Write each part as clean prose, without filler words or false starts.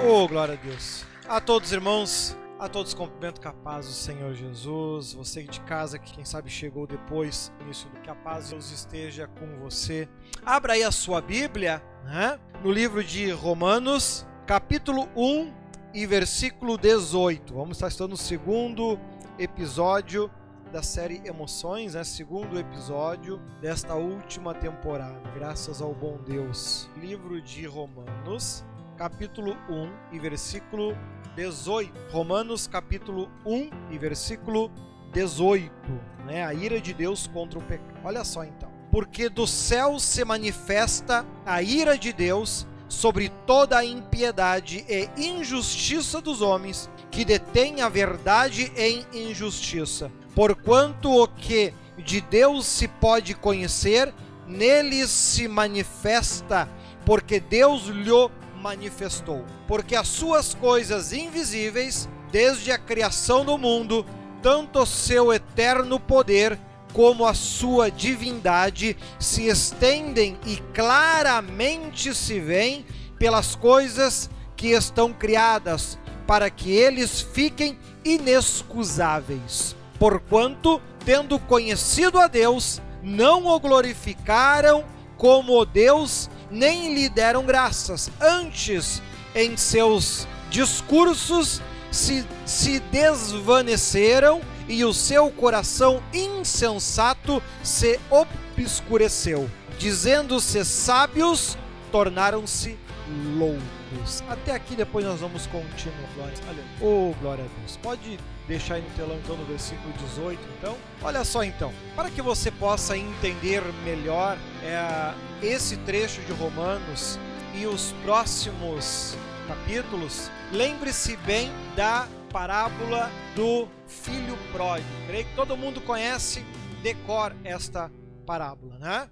Oh, glória a Deus. A todos, irmãos, a todos cumprimento com a paz do Senhor Jesus. Você de casa que quem sabe chegou depois, início do que a paz de Deus esteja com você. Abra aí a sua Bíblia, no livro de Romanos, capítulo 1 e versículo 18. Vamos estar estudando o segundo episódio da série Emoções, segundo episódio desta última temporada, graças ao bom Deus. Livro de Romanos, capítulo 1 e versículo 18. Romanos, capítulo 1 e versículo 18, a ira de Deus contra o pecado. Olha só então. Porque do céu se manifesta a ira de Deus sobre toda a impiedade e injustiça dos homens que detêm a verdade em injustiça. Porquanto o que de Deus se pode conhecer, neles se manifesta, porque Deus lhe manifestou. Porque as suas coisas invisíveis, desde a criação do mundo, tanto o seu eterno poder como a sua divindade se estendem e claramente se veem pelas coisas que estão criadas, para que eles fiquem inexcusáveis. Porquanto, tendo conhecido a Deus, não o glorificaram como o Deus, nem lhe deram graças. Antes, em seus discursos, se desvaneceram e o seu coração insensato se obscureceu. Dizendo-se sábios, tornaram-se loucos. Até aqui, depois nós vamos continuar. Glória a Deus. Pode deixar aí no telão então no versículo 18, então. Olha só então, para que você possa entender melhor esse trecho de Romanos e os próximos capítulos, lembre-se bem da parábola do filho pródigo. Creio que todo mundo conhece de cor esta parábola,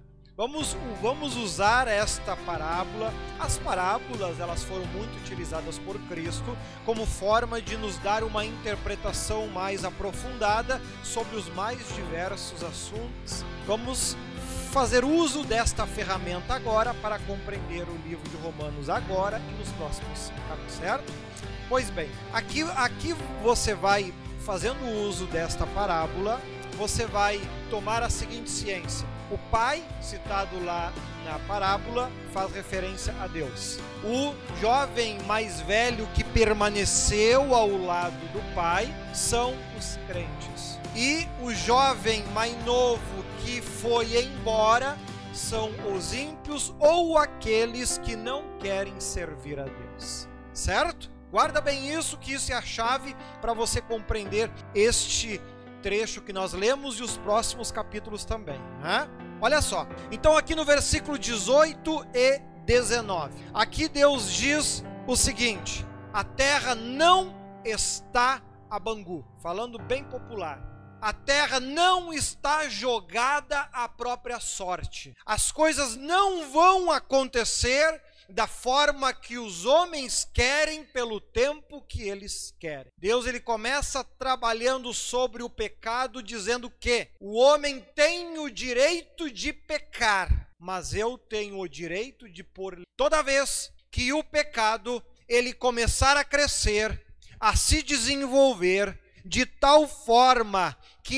Vamos usar esta parábola. As parábolas, elas foram muito utilizadas por Cristo como forma de nos dar uma interpretação mais aprofundada sobre os mais diversos assuntos. Vamos fazer uso desta ferramenta agora para compreender o livro de Romanos agora e nos próximos capítulos, certo? Pois bem, aqui você vai, fazendo uso desta parábola, você vai tomar a seguinte ciência. O pai, citado lá na parábola, faz referência a Deus. O jovem mais velho que permaneceu ao lado do pai são os crentes. E o jovem mais novo que foi embora são os ímpios ou aqueles que não querem servir a Deus. Certo? Guarda bem isso, que isso é a chave para você compreender este trecho que nós lemos e os próximos capítulos também, Olha só, então aqui no versículo 18 e 19, aqui Deus diz o seguinte: a terra não está a Bangu, falando bem popular, a terra não está jogada à própria sorte, as coisas não vão acontecer da forma que os homens querem, pelo tempo que eles querem. Deus, ele começa trabalhando sobre o pecado, dizendo que o homem tem o direito de pecar, mas eu tenho o direito de pôr. Toda vez que o pecado ele começar a crescer, a se desenvolver de tal forma que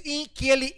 ele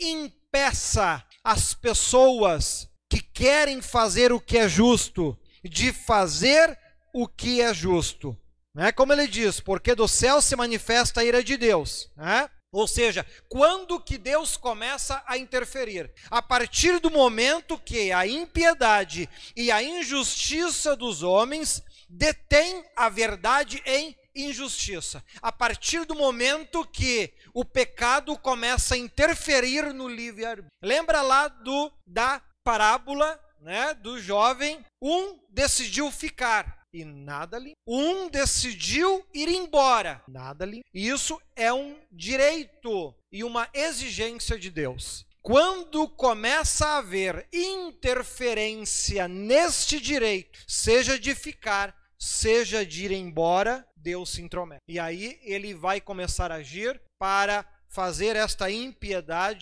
impeça as pessoas que querem fazer o que é justo de fazer o que é justo, Como ele diz, porque do céu se manifesta a ira de Deus, Ou seja, quando que Deus começa a interferir? A partir do momento que a impiedade e a injustiça dos homens detêm a verdade em injustiça. A partir do momento que o pecado começa a interferir no livre-arbítrio. Lembra lá da parábola, do jovem? Um decidiu ficar e nada ali. Um decidiu ir embora, nada ali. Isso é um direito e uma exigência de Deus. Quando começa a haver interferência neste direito, seja de ficar, seja de ir embora, Deus se intromete. E aí ele vai começar a agir para fazer esta impiedade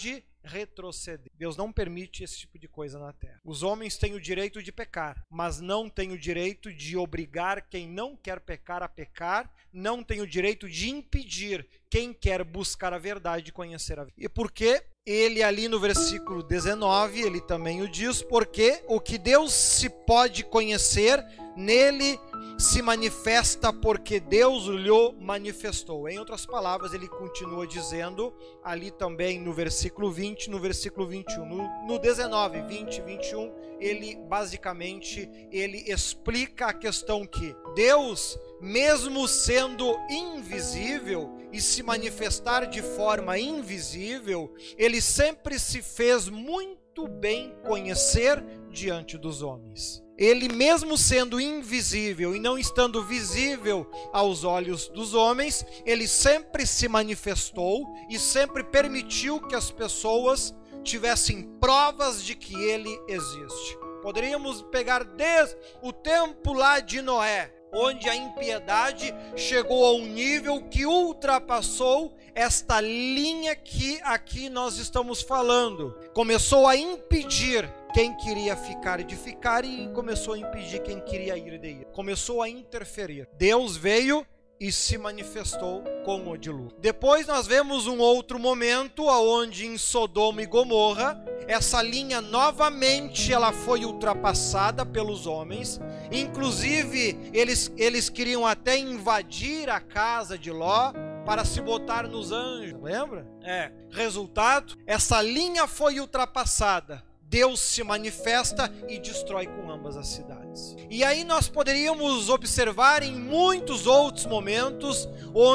retroceder. Deus não permite esse tipo de coisa na terra. Os homens têm o direito de pecar, mas não têm o direito de obrigar quem não quer pecar a pecar, não tem o direito de impedir quem quer buscar a verdade e conhecer a verdade. E por quê? Ele ali no versículo 19, ele também o diz, porque o que Deus se pode conhecer, nele se manifesta porque Deus lhe manifestou. Em outras palavras, ele continua dizendo, ali também no versículo 20, no versículo 21, no 19, 20, 21, ele basicamente, ele explica a questão que Deus, mesmo sendo invisível e se manifestar de forma invisível, ele sempre se fez muito bem conhecer diante dos homens. Ele, mesmo sendo invisível e não estando visível aos olhos dos homens, ele sempre se manifestou e sempre permitiu que as pessoas tivessem provas de que ele existe. Poderíamos pegar desde o tempo lá de Noé, onde a impiedade chegou a um nível que ultrapassou esta linha que aqui nós estamos falando. Começou a impedir quem queria ficar de ficar e começou a impedir quem queria ir de ir. Começou a interferir. Deus veio e se manifestou com o dilúvio. Depois nós vemos um outro momento onde em Sodoma e Gomorra, essa linha novamente ela foi ultrapassada pelos homens. Inclusive eles queriam até invadir a casa de Ló para se botar nos anjos, lembra? Resultado, essa linha foi ultrapassada. Deus se manifesta e destrói com ambas as cidades. E aí nós poderíamos observar em muitos outros momentos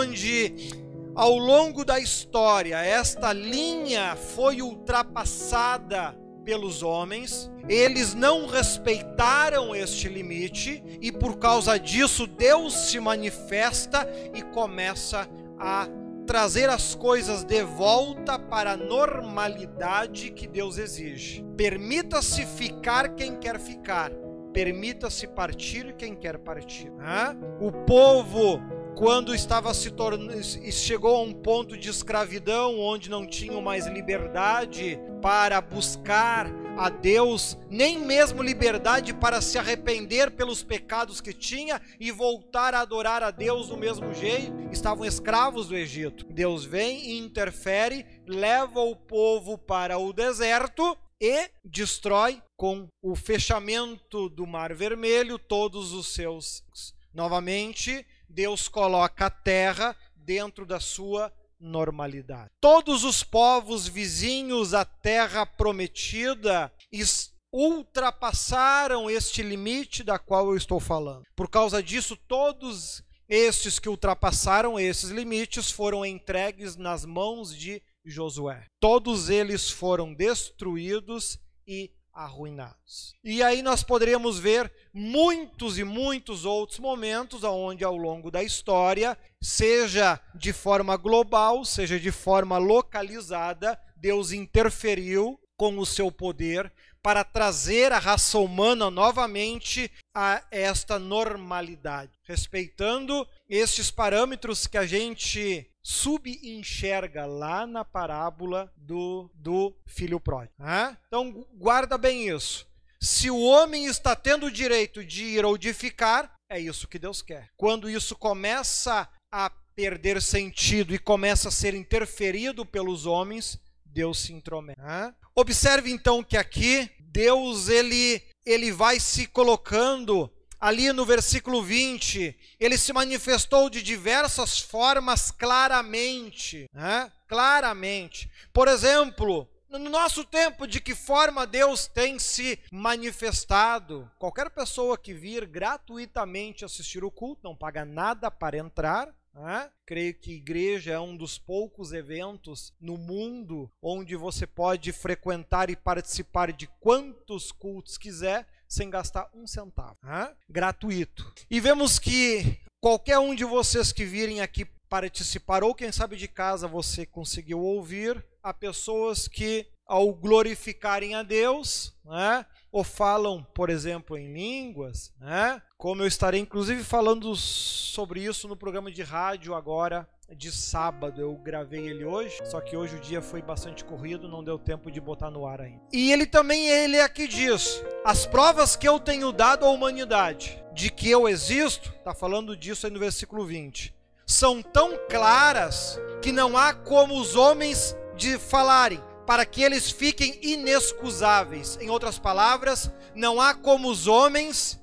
onde, ao longo da história, esta linha foi ultrapassada pelos homens. Eles não respeitaram este limite e por causa disso Deus se manifesta e começa a trazer as coisas de volta para a normalidade que Deus exige. Permita-se ficar quem quer ficar, permita-se partir quem quer partir. O povo, quando estava chegou a um ponto de escravidão, onde não tinham mais liberdade para buscar a Deus, nem mesmo liberdade para se arrepender pelos pecados que tinha e voltar a adorar a Deus do mesmo jeito, estavam escravos do Egito. Deus vem e interfere, leva o povo para o deserto e destrói com o fechamento do Mar Vermelho todos os seus. Novamente, Deus coloca a terra dentro da sua normalidade. Todos os povos vizinhos à terra prometida ultrapassaram este limite da qual eu estou falando. Por causa disso, todos estes que ultrapassaram esses limites foram entregues nas mãos de Josué. Todos eles foram destruídos e arruinados. E aí nós poderíamos ver muitos e muitos outros momentos onde ao longo da história, seja de forma global, seja de forma localizada, Deus interferiu com o seu poder para trazer a raça humana novamente a esta normalidade, respeitando estes parâmetros que a gente subenxerga lá na parábola do filho pródigo. Então guarda bem isso. Se o homem está tendo o direito de ir ou de ficar, é isso que Deus quer. Quando isso começa a perder sentido e começa a ser interferido pelos homens, Deus se intromete. Observe então que aqui Deus ele vai se colocando ali no versículo 20, ele se manifestou de diversas formas claramente. Claramente. Por exemplo, no nosso tempo, de que forma Deus tem se manifestado? Qualquer pessoa que vir gratuitamente assistir o culto, não paga nada para entrar. Creio que igreja é um dos poucos eventos no mundo onde você pode frequentar e participar de quantos cultos quiser, sem gastar um centavo. Gratuito. E vemos que qualquer um de vocês que virem aqui participar, ou quem sabe de casa você conseguiu ouvir, há pessoas que ao glorificarem a Deus, ou falam, por exemplo, em línguas, como eu estarei inclusive falando sobre isso no programa de rádio agora de sábado. Eu gravei ele hoje, só que hoje o dia foi bastante corrido, não deu tempo de botar no ar ainda. E ele aqui diz: as provas que eu tenho dado à humanidade de que eu existo, está falando disso aí no versículo 20, são tão claras que não há como os homens de falarem, para que eles fiquem inexcusáveis. Em outras palavras, não há como os homens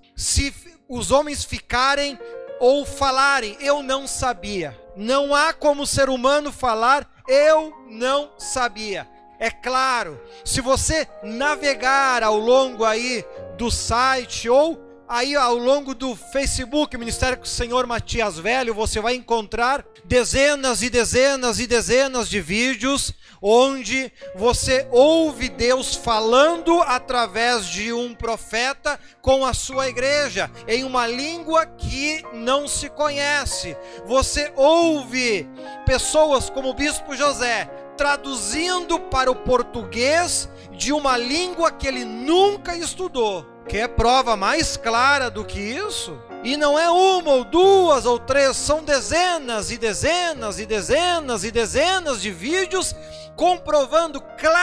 ficarem ou falarem, eu não sabia. Não há como o ser humano falar, eu não sabia. É claro, se você navegar ao longo aí do site ou aí ao longo do Facebook, Ministério com o Senhor Matias Velho, você vai encontrar dezenas e dezenas e dezenas de vídeos onde você ouve Deus falando através de um profeta com a sua igreja, em uma língua que não se conhece. Você ouve pessoas como o Bispo José traduzindo para o português de uma língua que ele nunca estudou. Quer prova mais clara do que isso? E não é uma ou duas ou três, são dezenas e dezenas e dezenas e dezenas de vídeos comprovando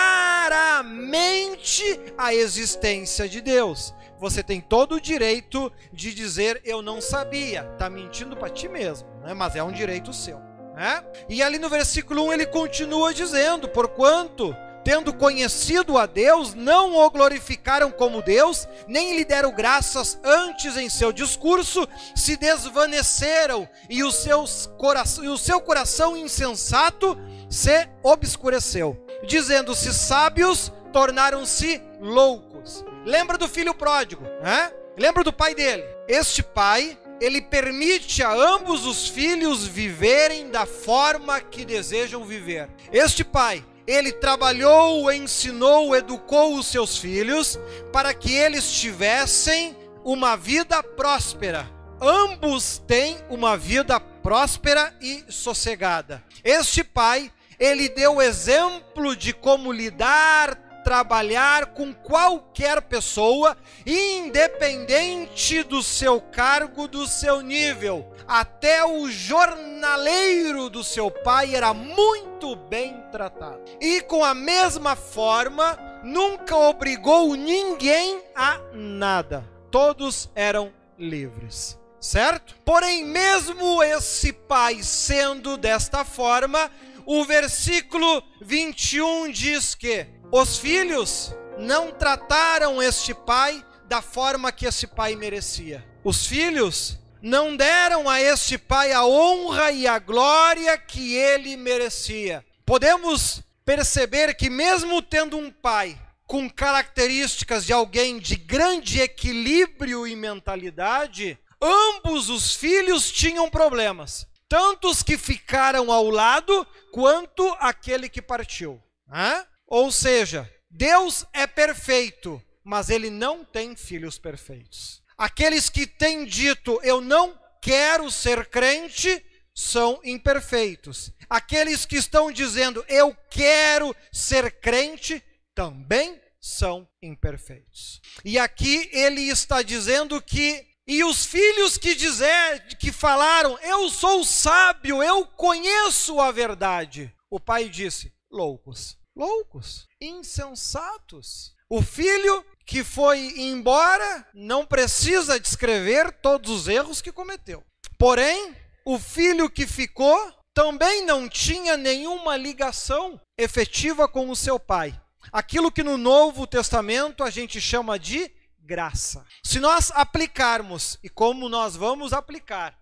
claramente a existência de Deus. Você tem todo o direito de dizer, eu não sabia. Está mentindo para ti mesmo, né? Mas é um direito seu, né? E ali no versículo 1 ele continua dizendo, porquanto, tendo conhecido a Deus, não o glorificaram como Deus, nem lhe deram graças, antes em seu discurso se desvaneceram, e o seu coração insensato se obscureceu. Dizendo-se sábios, tornaram-se loucos. Lembra do filho pródigo, né? Lembra do pai dele? Este pai, ele permite a ambos os filhos viverem da forma que desejam viver. Este pai, ele trabalhou, ensinou, educou os seus filhos para que eles tivessem uma vida próspera. Ambos têm uma vida próspera e sossegada. Este pai, ele deu exemplo de como lidar, trabalhar com qualquer pessoa, independente do seu cargo, do seu nível. Até o jornaleiro do seu pai era muito bem tratado. E com a mesma forma, nunca obrigou ninguém a nada. Todos eram livres, certo? Porém, mesmo esse pai sendo desta forma, o versículo 21 diz que os filhos não trataram este pai da forma que esse pai merecia. Os filhos não deram a este pai a honra e a glória que ele merecia. Podemos perceber que mesmo tendo um pai com características de alguém de grande equilíbrio e mentalidade, ambos os filhos tinham problemas. Tanto os que ficaram ao lado, quanto aquele que partiu. Ou seja, Deus é perfeito, mas ele não tem filhos perfeitos. Aqueles que têm dito, eu não quero ser crente, são imperfeitos. Aqueles que estão dizendo, eu quero ser crente, também são imperfeitos. E aqui ele está dizendo que, e os filhos que falaram, eu sou sábio, eu conheço a verdade. O pai disse, loucos, insensatos. O filho que foi embora não precisa descrever todos os erros que cometeu. Porém, o filho que ficou também não tinha nenhuma ligação efetiva com o seu pai. Aquilo que no Novo Testamento a gente chama de graça. Se nós aplicarmos, e como nós vamos aplicar,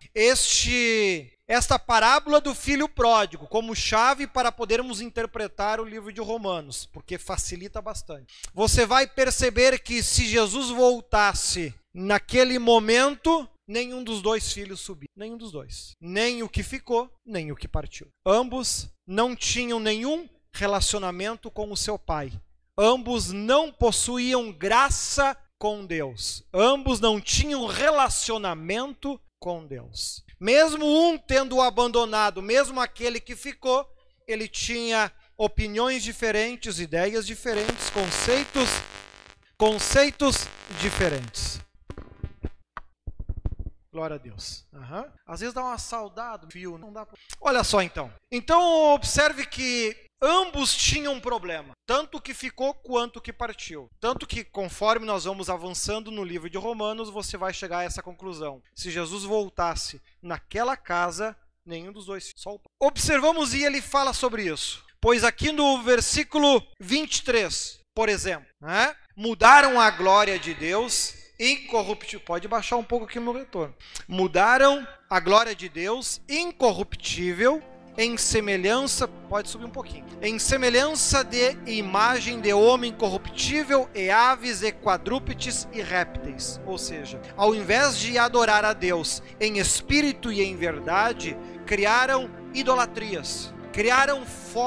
esta parábola do filho pródigo como chave para podermos interpretar o livro de Romanos, porque facilita bastante. Você vai perceber que se Jesus voltasse naquele momento, nenhum dos dois filhos subiu. Nenhum dos dois. Nem o que ficou, nem o que partiu. Ambos não tinham nenhum relacionamento com o seu pai. Ambos não possuíam graça com Deus. Ambos não tinham relacionamento com Deus. Mesmo um tendo abandonado, mesmo aquele que ficou, ele tinha opiniões diferentes, ideias diferentes, conceitos diferentes. Glória a Deus. Às vezes dá uma saudade do fio, não dá pra... Olha só então. Então observe que ambos tinham um problema, tanto que ficou quanto que partiu. Tanto que conforme nós vamos avançando no livro de Romanos, você vai chegar a essa conclusão. Se Jesus voltasse naquela casa, nenhum dos dois, só o pai. Observamos e ele fala sobre isso. Pois aqui no versículo 23, por exemplo, mudaram a glória de Deus incorruptível. Pode baixar um pouco aqui o meu retorno. Mudaram a glória de Deus incorruptível em semelhança, pode subir um pouquinho, em semelhança de imagem de homem corruptível e aves e quadrúpedes e répteis. Ou seja, ao invés de adorar a Deus em espírito e em verdade, criaram idolatrias, criaram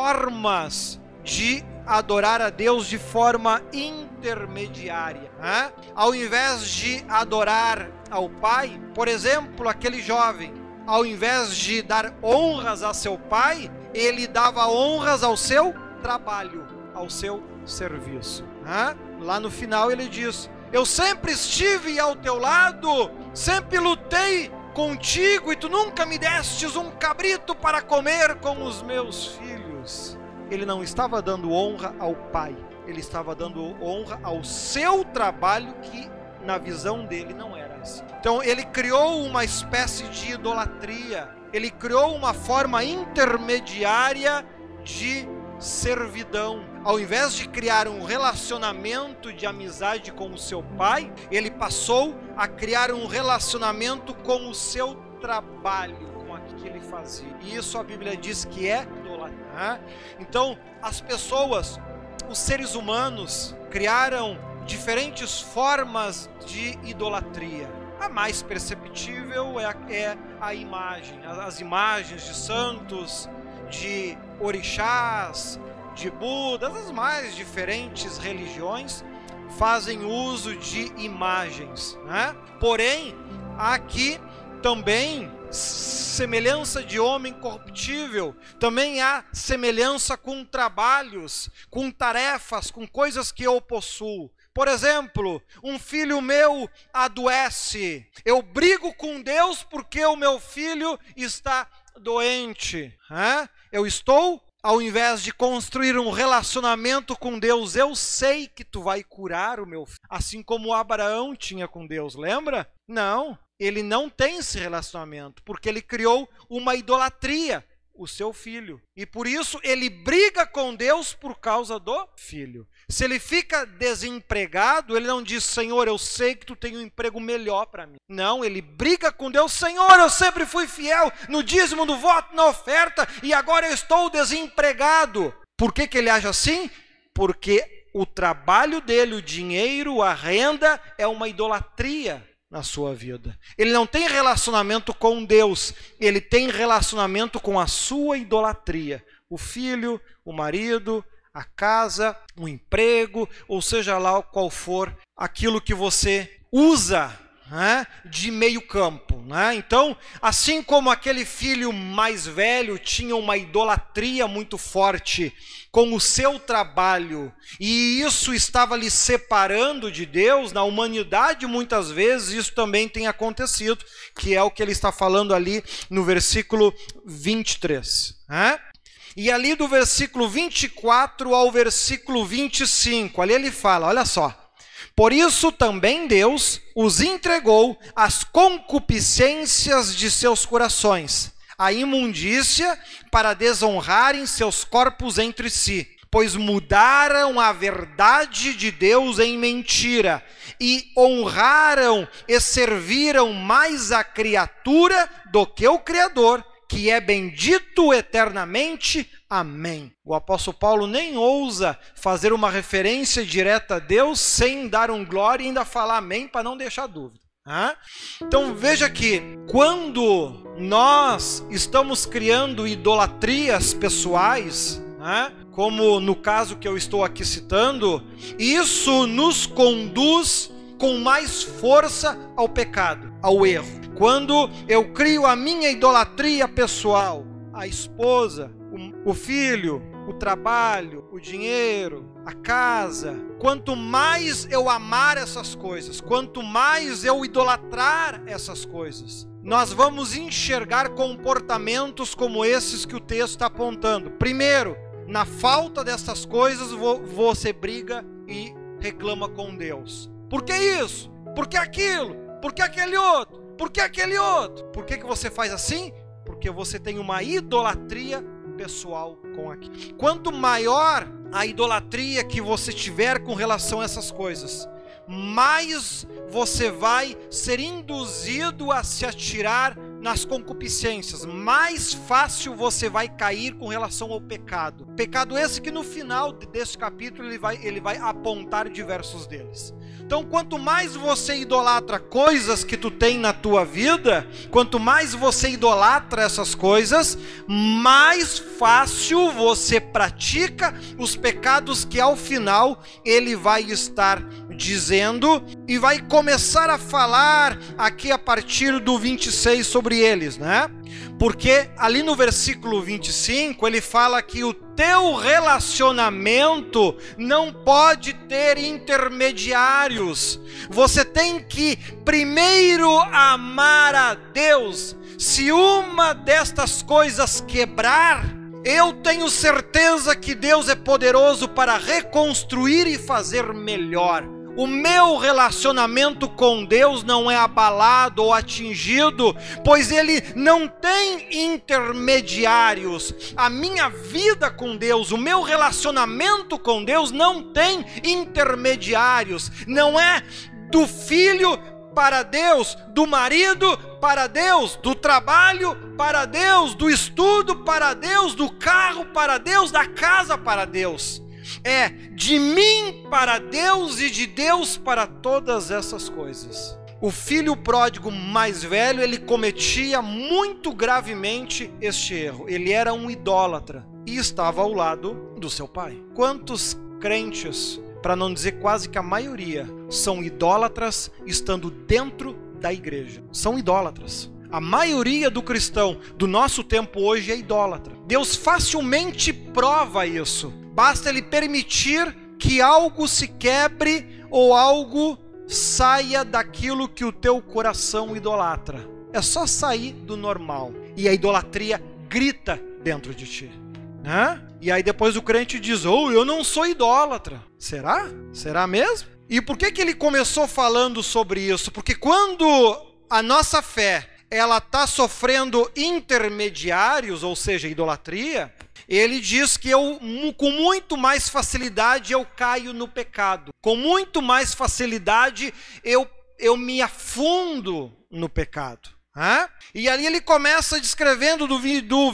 formas de adorar a Deus de forma intermediária. Ao invés de adorar ao Pai, por exemplo, aquele jovem, ao invés de dar honras a seu pai, ele dava honras ao seu trabalho, ao seu serviço. Lá no final ele diz: eu sempre estive ao teu lado, sempre lutei contigo e tu nunca me destes um cabrito para comer com os meus filhos. Ele não estava dando honra ao pai, ele estava dando honra ao seu trabalho, que na visão dele não era assim. Então ele criou uma espécie de idolatria, ele criou uma forma intermediária de servidão. Ao invés de criar um relacionamento de amizade com o seu pai, ele passou a criar um relacionamento com o seu trabalho, com aquilo que ele fazia. E isso a Bíblia diz que é idolatria. Então as pessoas, os seres humanos, criaram diferentes formas de idolatria. A mais perceptível é a imagem, as imagens de santos, de orixás, de Budas, as mais diferentes religiões fazem uso de imagens, Porém, aqui também semelhança de homem corruptível, também há semelhança com trabalhos, com tarefas, com coisas que eu possuo. Por exemplo, um filho meu adoece, eu brigo com Deus porque o meu filho está doente. Eu estou, ao invés de construir um relacionamento com Deus, eu sei que tu vai curar o meu filho, assim como Abraão tinha com Deus, lembra? Não, ele não tem esse relacionamento, porque ele criou uma idolatria, o seu filho. E por isso ele briga com Deus por causa do filho. Se ele fica desempregado, ele não diz: Senhor, eu sei que tu tem um emprego melhor para mim. Não, ele briga com Deus: Senhor, eu sempre fui fiel no dízimo, no voto, na oferta, e agora eu estou desempregado. Por que ele age assim? Porque o trabalho dele, o dinheiro, a renda é uma idolatria na sua vida. Ele não tem relacionamento com Deus, ele tem relacionamento com a sua idolatria. O filho, o marido, a casa, o emprego, ou seja lá qual for aquilo que você usa de meio campo. Então, assim como aquele filho mais velho tinha uma idolatria muito forte com o seu trabalho, e isso estava lhe separando de Deus, na humanidade muitas vezes isso também tem acontecido, que é o que ele está falando ali no versículo 23. E ali do versículo 24 ao versículo 25, ali ele fala, olha só: por isso também Deus os entregou às concupiscências de seus corações, à imundícia, para desonrarem seus corpos entre si, pois mudaram a verdade de Deus em mentira, e honraram e serviram mais a criatura do que o Criador, que é bendito eternamente. Amém. O apóstolo Paulo nem ousa fazer uma referência direta a Deus sem dar um glória e ainda falar amém para não deixar dúvida. Então veja que quando nós estamos criando idolatrias pessoais, como no caso que eu estou aqui citando, isso nos conduz com mais força ao pecado, ao erro. Quando eu crio a minha idolatria pessoal, a esposa, o filho, o trabalho, o dinheiro, a casa, quanto mais eu amar essas coisas, quanto mais eu idolatrar essas coisas, nós vamos enxergar comportamentos como esses que o texto está apontando. Primeiro, na falta dessas coisas, você briga e reclama com Deus. Por que isso? Por que aquilo? Por que aquele outro? Por que aquele outro? Por que você faz assim? Porque você tem uma idolatria pessoal com aquilo. Quanto maior a idolatria que você tiver com relação a essas coisas, mais você vai ser induzido a se atirar nas concupiscências, mais fácil você vai cair com relação ao pecado. Pecado esse que no final desse capítulo ele vai apontar diversos deles. Então, quanto mais você idolatra coisas que tu tem na tua vida, quanto mais você idolatra essas coisas, mais fácil você pratica os pecados que ao final ele vai estar dizendo e vai começar a falar aqui a partir do 26 sobre eles, né? Porque ali no versículo 25 ele fala que o teu relacionamento não pode ter intermediários. Você tem que primeiro amar a Deus. Se uma destas coisas quebrar, eu tenho certeza que Deus é poderoso para reconstruir e fazer melhor. O meu relacionamento com Deus não é abalado ou atingido, pois Ele não tem intermediários. A minha vida com Deus, o meu relacionamento com Deus não tem intermediários. Não é do filho para Deus, do marido para Deus, do trabalho para Deus, do estudo para Deus, do carro para Deus, da casa para Deus. É de mim para Deus e de Deus para todas essas coisas. O filho pródigo mais velho, ele cometia muito gravemente este erro. Ele era um idólatra e estava ao lado do seu pai. Quantos crentes, para não dizer quase que a maioria, são idólatras estando dentro da igreja? São idólatras. A maioria do cristão do nosso tempo hoje é idólatra. Deus facilmente prova isso. Basta Ele permitir que algo se quebre ou algo saia daquilo que o teu coração idolatra. É só sair do normal e a idolatria grita dentro de ti, né? E aí depois o crente diz: eu não sou idólatra. Será? Será mesmo? E por que ele começou falando sobre isso? Porque quando a nossa fé ela está sofrendo intermediários, ou seja, idolatria, ele diz que com muito mais facilidade eu caio no pecado. Com muito mais facilidade eu me afundo no pecado. E ali ele começa descrevendo do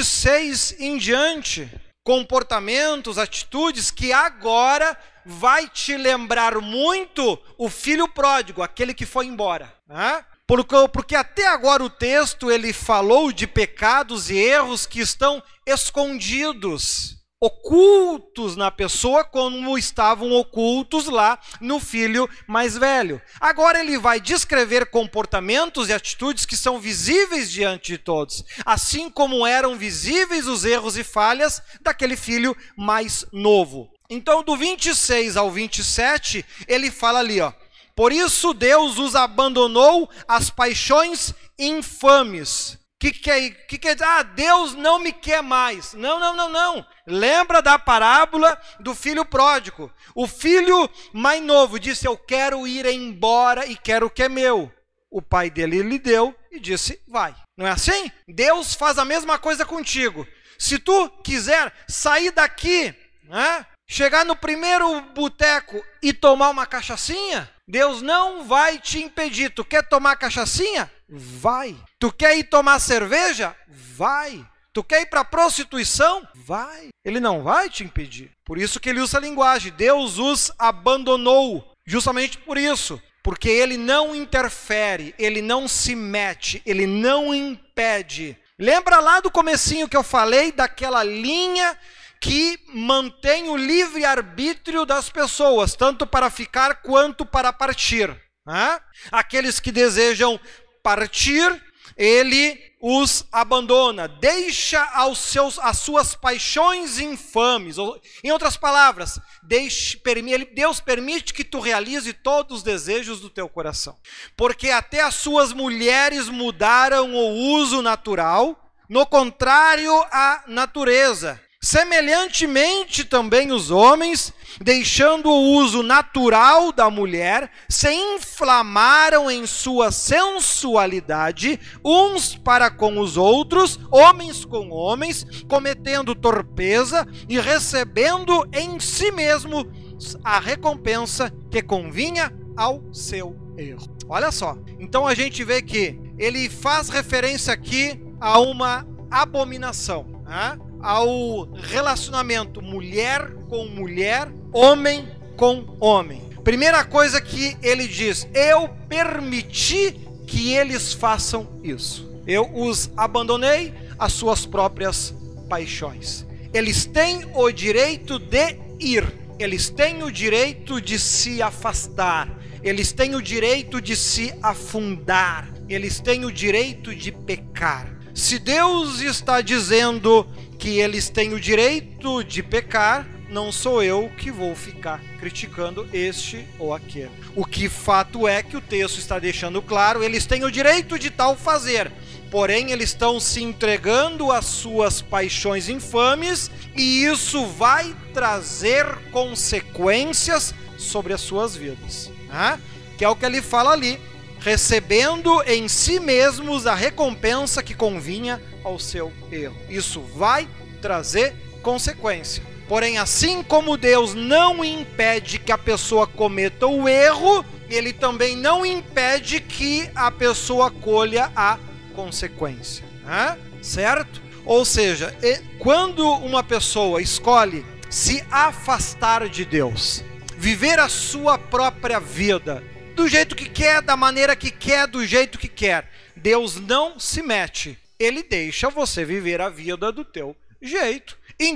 26 em diante, comportamentos, atitudes que agora vai te lembrar muito o filho pródigo, aquele que foi embora. Porque até agora o texto ele falou de pecados e erros que estão escondidos, ocultos na pessoa, como estavam ocultos lá no filho mais velho. Agora ele vai descrever comportamentos e atitudes que são visíveis diante de todos, assim como eram visíveis os erros e falhas daquele filho mais novo. Então, do 26 ao 27, ele fala ali, por isso Deus os abandonou às paixões infames. Que quer dizer? Deus não me quer mais. Não. Lembra da parábola do filho pródigo. O filho mais novo disse: eu quero ir embora e quero o que é meu. O pai dele lhe deu e disse: vai. Não é assim? Deus faz a mesma coisa contigo. Se tu quiser sair daqui, chegar no primeiro boteco e tomar uma cachaçinha, Deus não vai te impedir. Tu quer tomar cachaçinha? Vai. Tu quer ir tomar cerveja? Vai. Tu quer ir para prostituição? Vai. Ele não vai te impedir. Por isso que ele usa a linguagem. Deus os abandonou. Justamente por isso. Porque ele não interfere, ele não se mete, ele não impede. Lembra lá do comecinho que eu falei daquela linha que mantém o livre-arbítrio das pessoas, tanto para ficar quanto para partir. Aqueles que desejam partir ele os abandona, deixa as suas paixões infames. Em outras palavras, Deus permite que tu realize todos os desejos do teu coração. Porque até as suas mulheres mudaram o uso natural, no contrário à natureza. Semelhantemente também os homens, deixando o uso natural da mulher, se inflamaram em sua sensualidade, uns para com os outros, homens com homens, cometendo torpeza e recebendo em si mesmo a recompensa que convinha ao seu erro. Olha só, então a gente vê que ele faz referência aqui a uma abominação, né? Ao relacionamento mulher com mulher, homem com homem. Primeira coisa que ele diz: eu permiti que eles façam isso. Eu os abandonei às suas próprias paixões. Eles têm o direito de ir. Eles têm o direito de se afastar. Eles têm o direito de se afundar. Eles têm o direito de pecar. Se Deus está dizendo que eles têm o direito de pecar, não sou eu que vou ficar criticando este ou aquele. O que fato é que o texto está deixando claro, eles têm o direito de tal fazer, porém eles estão se entregando às suas paixões infames, e isso vai trazer consequências sobre as suas vidas, né? Que é o que ele fala ali, recebendo em si mesmos a recompensa que convinha ao seu erro. Isso vai trazer consequência. Porém, assim como Deus não impede que a pessoa cometa o erro, ele também não impede que a pessoa colha a consequência, né? Certo? Ou seja, quando uma pessoa escolhe se afastar de Deus, viver a sua própria vida, do jeito que quer, da maneira que quer, do jeito que quer, Deus não se mete. Ele deixa você viver a vida do teu jeito.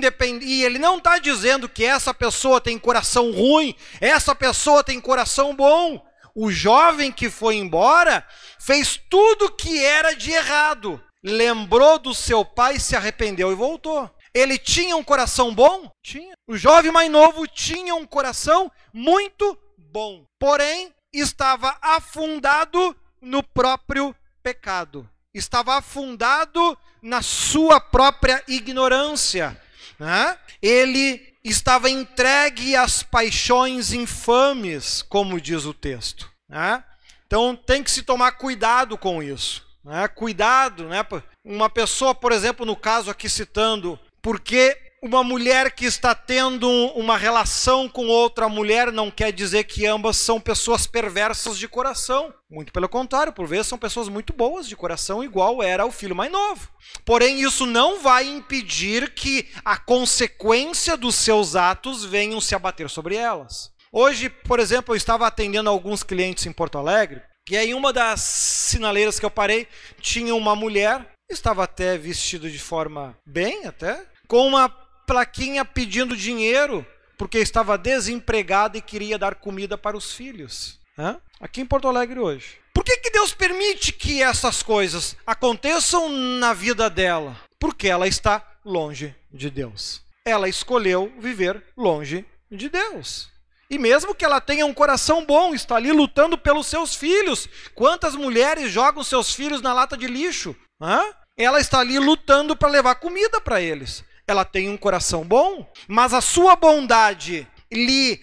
E ele não está dizendo que essa pessoa tem coração ruim, essa pessoa tem coração bom. O jovem que foi embora fez tudo que era de errado. Lembrou do seu pai, se arrependeu e voltou. Ele tinha um coração bom? Tinha. O jovem mais novo tinha um coração muito bom. Porém, estava afundado no próprio pecado. Estava afundado na sua própria ignorância, né? Ele estava entregue às paixões infames, como diz o texto, né? Então tem que se tomar cuidado com isso, né? Cuidado, né? Uma pessoa, por exemplo, no caso aqui citando, porque uma mulher que está tendo uma relação com outra mulher não quer dizer que ambas são pessoas perversas de coração. Muito pelo contrário, por vezes são pessoas muito boas de coração, igual era o filho mais novo. Porém, isso não vai impedir que a consequência dos seus atos venham se abater sobre elas. Hoje, por exemplo, eu estava atendendo alguns clientes em Porto Alegre, e aí uma das sinaleiras que eu parei tinha uma mulher, estava até vestida de forma bem, até, com uma plaquinha pedindo dinheiro, porque estava desempregada e queria dar comida para os filhos. Aqui em Porto Alegre hoje. Por que Deus permite que essas coisas aconteçam na vida dela? Porque ela está longe de Deus. Ela escolheu viver longe de Deus. E mesmo que ela tenha um coração bom, está ali lutando pelos seus filhos. Quantas mulheres jogam seus filhos na lata de lixo? Ela está ali lutando para levar comida para eles. Ela tem um coração bom, mas a sua bondade lhe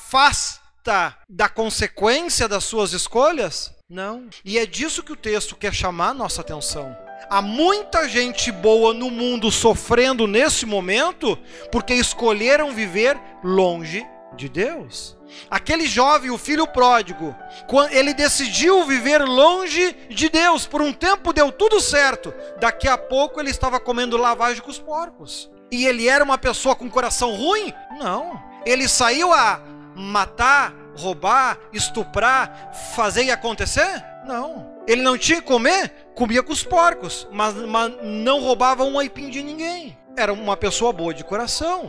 afasta da consequência das suas escolhas? Não. E é disso que o texto quer chamar a nossa atenção. Há muita gente boa no mundo sofrendo nesse momento porque escolheram viver longe de Deus. Aquele jovem, o filho pródigo, ele decidiu viver longe de Deus. Por um tempo deu tudo certo. Daqui a pouco ele estava comendo lavagem com os porcos. E ele era uma pessoa com coração ruim? Não. Ele saiu a matar, roubar, estuprar, fazer e acontecer? Não. Ele não tinha que comer? Comia com os porcos, mas não roubava um aipim de ninguém. Era uma pessoa boa de coração,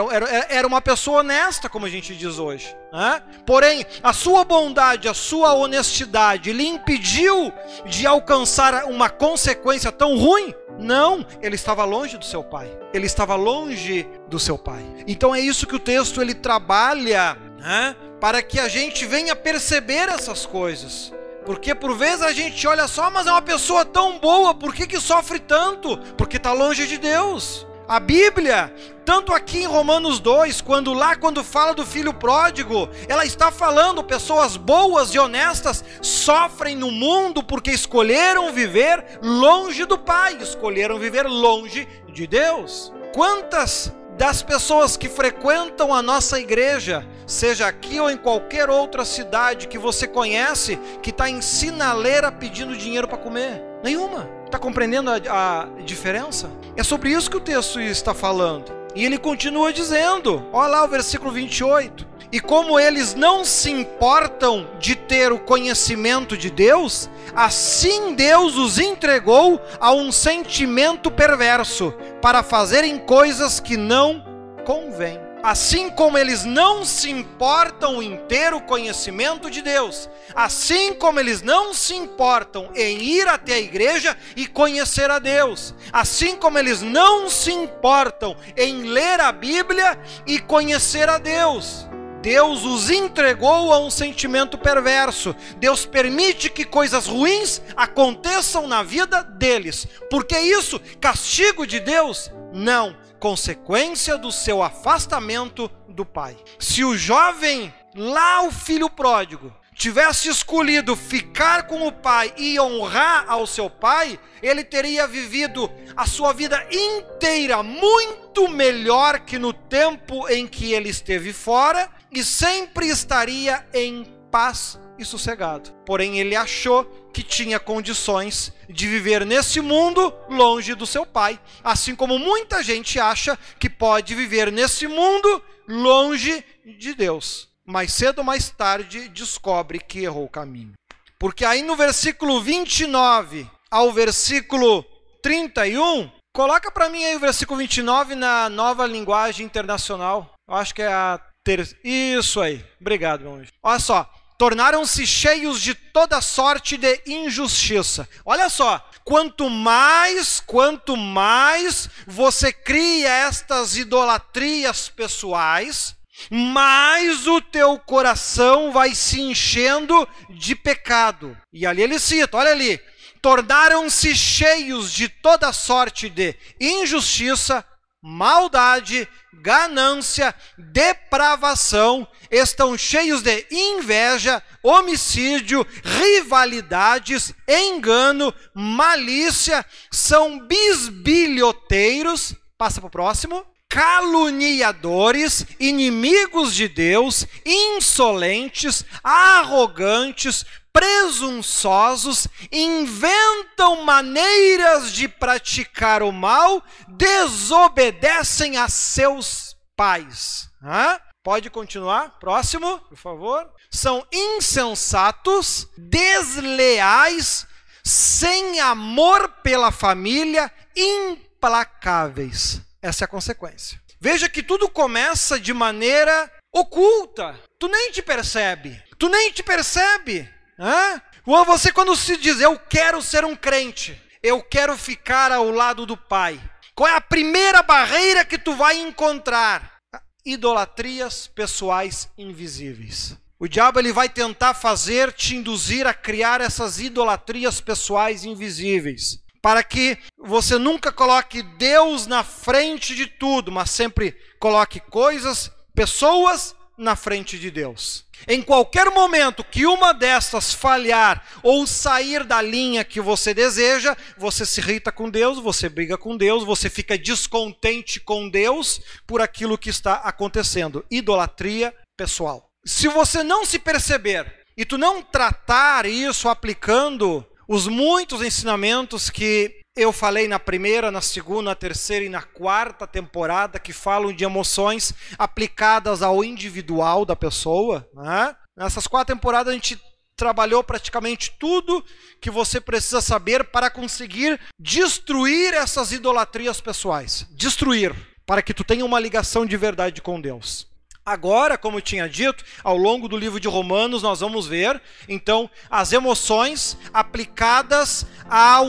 era uma pessoa honesta, como a gente diz hoje, né? Porém, a sua bondade, a sua honestidade lhe impediu de alcançar uma consequência tão ruim? Não, ele estava longe do seu pai. Ele estava longe do seu pai. Então é isso que o texto ele trabalha, né? Para que a gente venha perceber essas coisas. Porque por vezes a gente olha só, mas é uma pessoa tão boa, por que sofre tanto? Porque está longe de Deus. A Bíblia, tanto aqui em Romanos 2, quando fala do filho pródigo, ela está falando, pessoas boas e honestas sofrem no mundo porque escolheram viver longe do Pai, escolheram viver longe de Deus. Quantas das pessoas que frequentam a nossa igreja, seja aqui ou em qualquer outra cidade que você conhece, que está em sinaleira pedindo dinheiro para comer? Nenhuma. Está compreendendo a diferença? É sobre isso que o texto está falando. E ele continua dizendo, olha lá o versículo 28. E como eles não se importam de ter o conhecimento de Deus, assim Deus os entregou a um sentimento perverso, para fazerem coisas que não convêm. Assim como eles não se importam em ter o conhecimento de Deus, assim como eles não se importam em ir até a igreja e conhecer a Deus, assim como eles não se importam em ler a Bíblia e conhecer a Deus, Deus os entregou a um sentimento perverso. Deus permite que coisas ruins aconteçam na vida deles. Por que isso? Castigo de Deus? Não. Consequência do seu afastamento do Pai. Se o jovem, lá o filho pródigo, tivesse escolhido ficar com o pai e honrar ao seu pai, ele teria vivido a sua vida inteira muito melhor que no tempo em que ele esteve fora, e sempre estaria em paz e sossegado. Porém, ele achou que tinha condições de viver nesse mundo longe do seu pai, assim como muita gente acha que pode viver nesse mundo longe de Deus. Mais cedo ou mais tarde descobre que errou o caminho. Porque aí no versículo 29 ao versículo 31, coloca para mim aí o versículo 29 na Nova Linguagem Internacional. Eu acho que é a terceira. Isso aí. Obrigado, meu anjo. Olha só. Tornaram-se cheios de toda sorte de injustiça. Olha só, quanto mais você cria estas idolatrias pessoais, mais o teu coração vai se enchendo de pecado. E ali ele cita, olha ali, tornaram-se cheios de toda sorte de injustiça, maldade, ganância, depravação, estão cheios de inveja, homicídio, rivalidades, engano, malícia, são bisbilhoteiros, passa para o próximo, caluniadores, inimigos de Deus, insolentes, arrogantes, presunçosos, inventam maneiras de praticar o mal, desobedecem a seus pais. Pode continuar? Próximo, por favor. São insensatos, desleais, sem amor pela família, implacáveis. Essa é a consequência. Veja que tudo começa de maneira oculta. Tu nem te percebe. Você quando se diz, eu quero ser um crente, eu quero ficar ao lado do Pai. Qual é a primeira barreira que tu vai encontrar? Idolatrias pessoais invisíveis. O diabo ele vai tentar te induzir a criar essas idolatrias pessoais invisíveis, para que você nunca coloque Deus na frente de tudo, mas sempre coloque coisas, pessoas na frente de Deus. Em qualquer momento que uma dessas falhar ou sair da linha que você deseja, você se irrita com Deus, você briga com Deus, você fica descontente com Deus por aquilo que está acontecendo. Idolatria pessoal. Se você não se perceber e tu não tratar isso aplicando os muitos ensinamentos que eu falei na primeira, na segunda, na terceira e na quarta temporada, que falam de emoções aplicadas ao individual da pessoa, né? Nessas 4 temporadas a gente trabalhou praticamente tudo que você precisa saber para conseguir destruir essas idolatrias pessoais. Destruir, para que tu tenha uma ligação de verdade com Deus. Agora, como eu tinha dito, ao longo do livro de Romanos, nós vamos ver, então, as emoções aplicadas a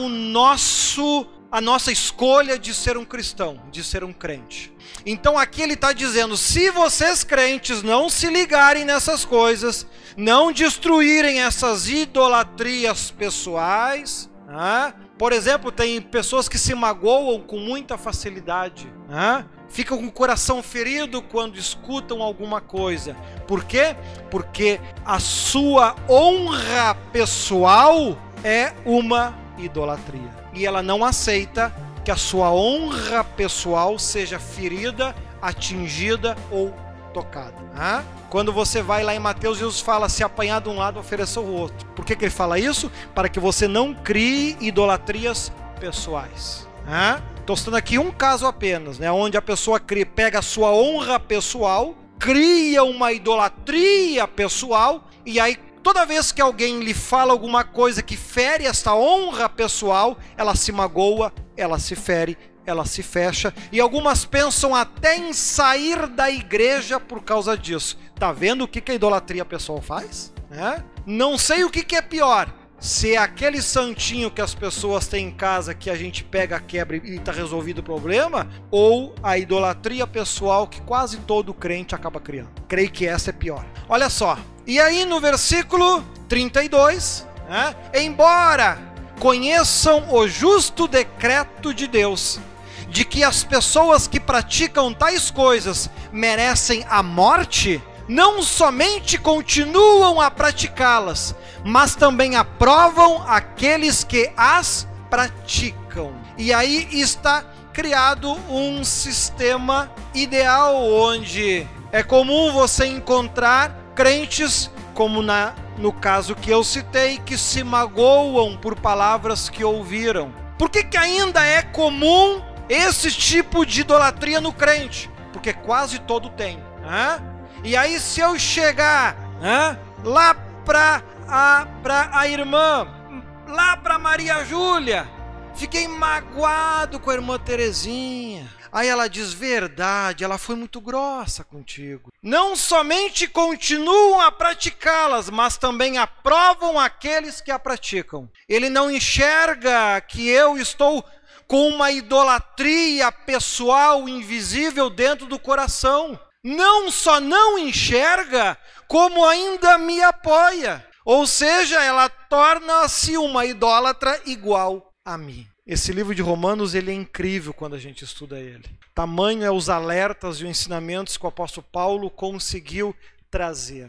nossa escolha de ser um cristão, de ser um crente. Então aqui ele está dizendo, se vocês crentes não se ligarem nessas coisas, não destruírem essas idolatrias pessoais, por exemplo, tem pessoas que se magoam com muita facilidade, ficam com o coração ferido quando escutam alguma coisa. Por quê? Porque a sua honra pessoal é uma idolatria. E ela não aceita que a sua honra pessoal seja ferida, atingida ou tocada. Quando você vai lá em Mateus, Jesus fala, se apanhar de um lado, ofereça o outro. Por que ele fala isso? Para que você não crie idolatrias pessoais. Estou citando aqui um caso apenas, onde a pessoa pega a sua honra pessoal, cria uma idolatria pessoal, e aí toda vez que alguém lhe fala alguma coisa que fere esta honra pessoal, ela se magoa, ela se fere, ela se fecha, e algumas pensam até em sair da igreja por causa disso. Tá vendo o que a idolatria pessoal faz? Não sei o que é pior, se é aquele santinho que as pessoas têm em casa que a gente pega, quebra e está resolvido o problema, ou a idolatria pessoal que quase todo crente acaba criando. Creio que essa é pior. Olha só, e aí no versículo 32, embora conheçam o justo decreto de Deus, de que as pessoas que praticam tais coisas merecem a morte, não somente continuam a praticá-las, mas também aprovam aqueles que as praticam. E aí está criado um sistema ideal, onde é comum você encontrar crentes, como no caso que eu citei, que se magoam por palavras que ouviram. Por que ainda é comum esse tipo de idolatria no crente? Porque quase todo tem. E aí se eu chegar lá para a irmã, lá para Maria Júlia, fiquei magoado com a irmã Terezinha. Aí ela diz, verdade, ela foi muito grossa contigo. Não somente continuam a praticá-las, mas também aprovam aqueles que a praticam. Ele não enxerga que eu estou com uma idolatria pessoal invisível dentro do coração. Não só não enxerga, como ainda me apoia. Ou seja, ela torna-se uma idólatra igual a mim. Esse livro de Romanos, ele é incrível quando a gente estuda ele. Tamanho é os alertas e os ensinamentos que o apóstolo Paulo conseguiu trazer.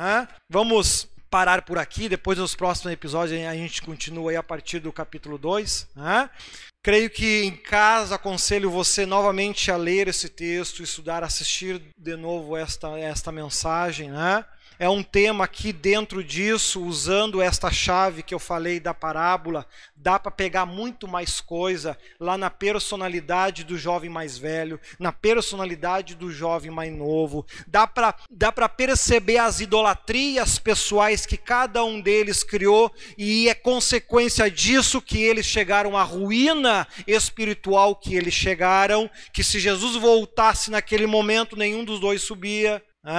Vamos parar por aqui, depois nos próximos episódios a gente continua aí a partir do capítulo 2. Creio que em casa aconselho você novamente a ler esse texto, estudar, assistir de novo esta mensagem. É um tema aqui dentro disso, usando esta chave que eu falei da parábola, dá para pegar muito mais coisa lá na personalidade do jovem mais velho, na personalidade do jovem mais novo. Dá para perceber as idolatrias pessoais que cada um deles criou, e é consequência disso que eles chegaram à ruína espiritual que eles chegaram, que se Jesus voltasse naquele momento, nenhum dos dois subia.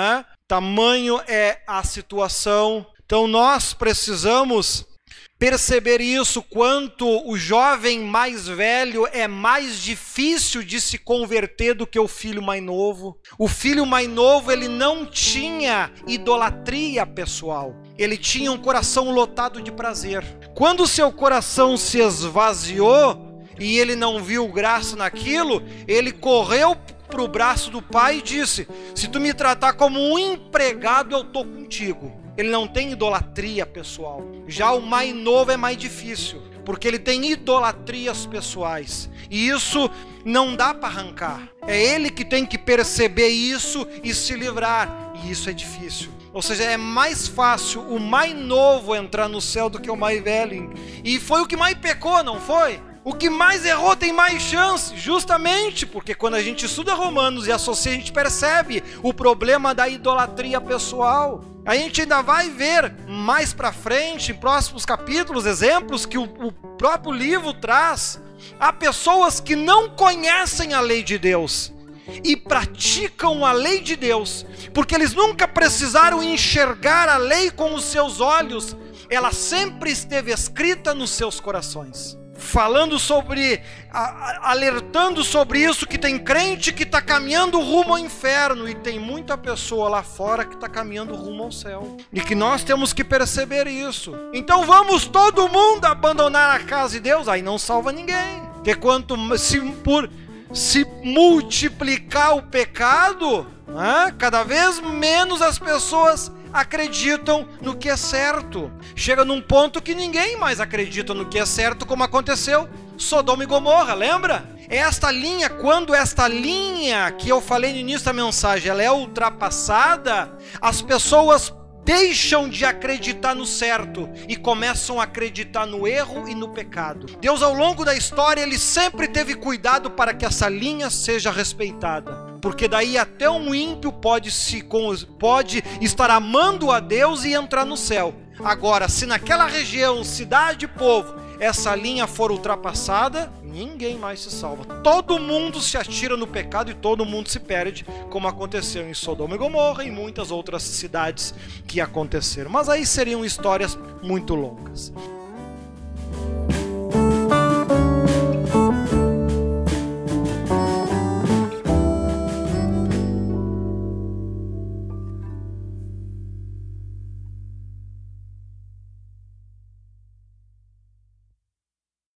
Tamanho é a situação. Então nós precisamos perceber isso, quanto o jovem mais velho é mais difícil de se converter do que o filho mais novo. O filho mais novo, ele não tinha idolatria pessoal. Ele tinha um coração lotado de prazer. Quando o seu coração se esvaziou e ele não viu graça naquilo, ele correu para o braço do pai e disse, se tu me tratar como um empregado, eu estou contigo. Ele não tem idolatria pessoal. Já o mais novo é mais difícil, porque ele tem idolatrias pessoais. E isso não dá para arrancar. É ele que tem que perceber isso e se livrar. E isso é difícil. Ou seja, é mais fácil o mais novo entrar no céu do que o mais velho. E foi o que mais pecou, não foi? O que mais errou tem mais chance, justamente porque quando a gente estuda Romanos e associa, a gente percebe o problema da idolatria pessoal. A gente ainda vai ver mais para frente, em próximos capítulos, exemplos que o próprio livro traz. Há pessoas que não conhecem a lei de Deus e praticam a lei de Deus, porque eles nunca precisaram enxergar a lei com os seus olhos, ela sempre esteve escrita nos seus corações. Falando sobre, alertando sobre isso, que tem crente que está caminhando rumo ao inferno e tem muita pessoa lá fora que está caminhando rumo ao céu. E que nós temos que perceber isso. Então vamos todo mundo abandonar a casa de Deus? Aí não salva ninguém. Porque quanto se multiplicar o pecado, cada vez menos as pessoas acreditam no que é certo. Chega num ponto que ninguém mais acredita no que é certo, como aconteceu Sodoma e Gomorra, lembra? Esta linha, quando esta linha que eu falei no início da mensagem, ela é ultrapassada, as pessoas deixam de acreditar no certo e começam a acreditar no erro e no pecado. Deus, ao longo da história, ele sempre teve cuidado para que essa linha seja respeitada, porque daí até um ímpio pode estar amando a Deus e entrar no céu. Agora, se naquela região, cidade, povo, essa linha for ultrapassada, ninguém mais se salva. Todo mundo se atira no pecado e todo mundo se perde, como aconteceu em Sodoma e Gomorra e em muitas outras cidades que aconteceram. Mas aí seriam histórias muito longas.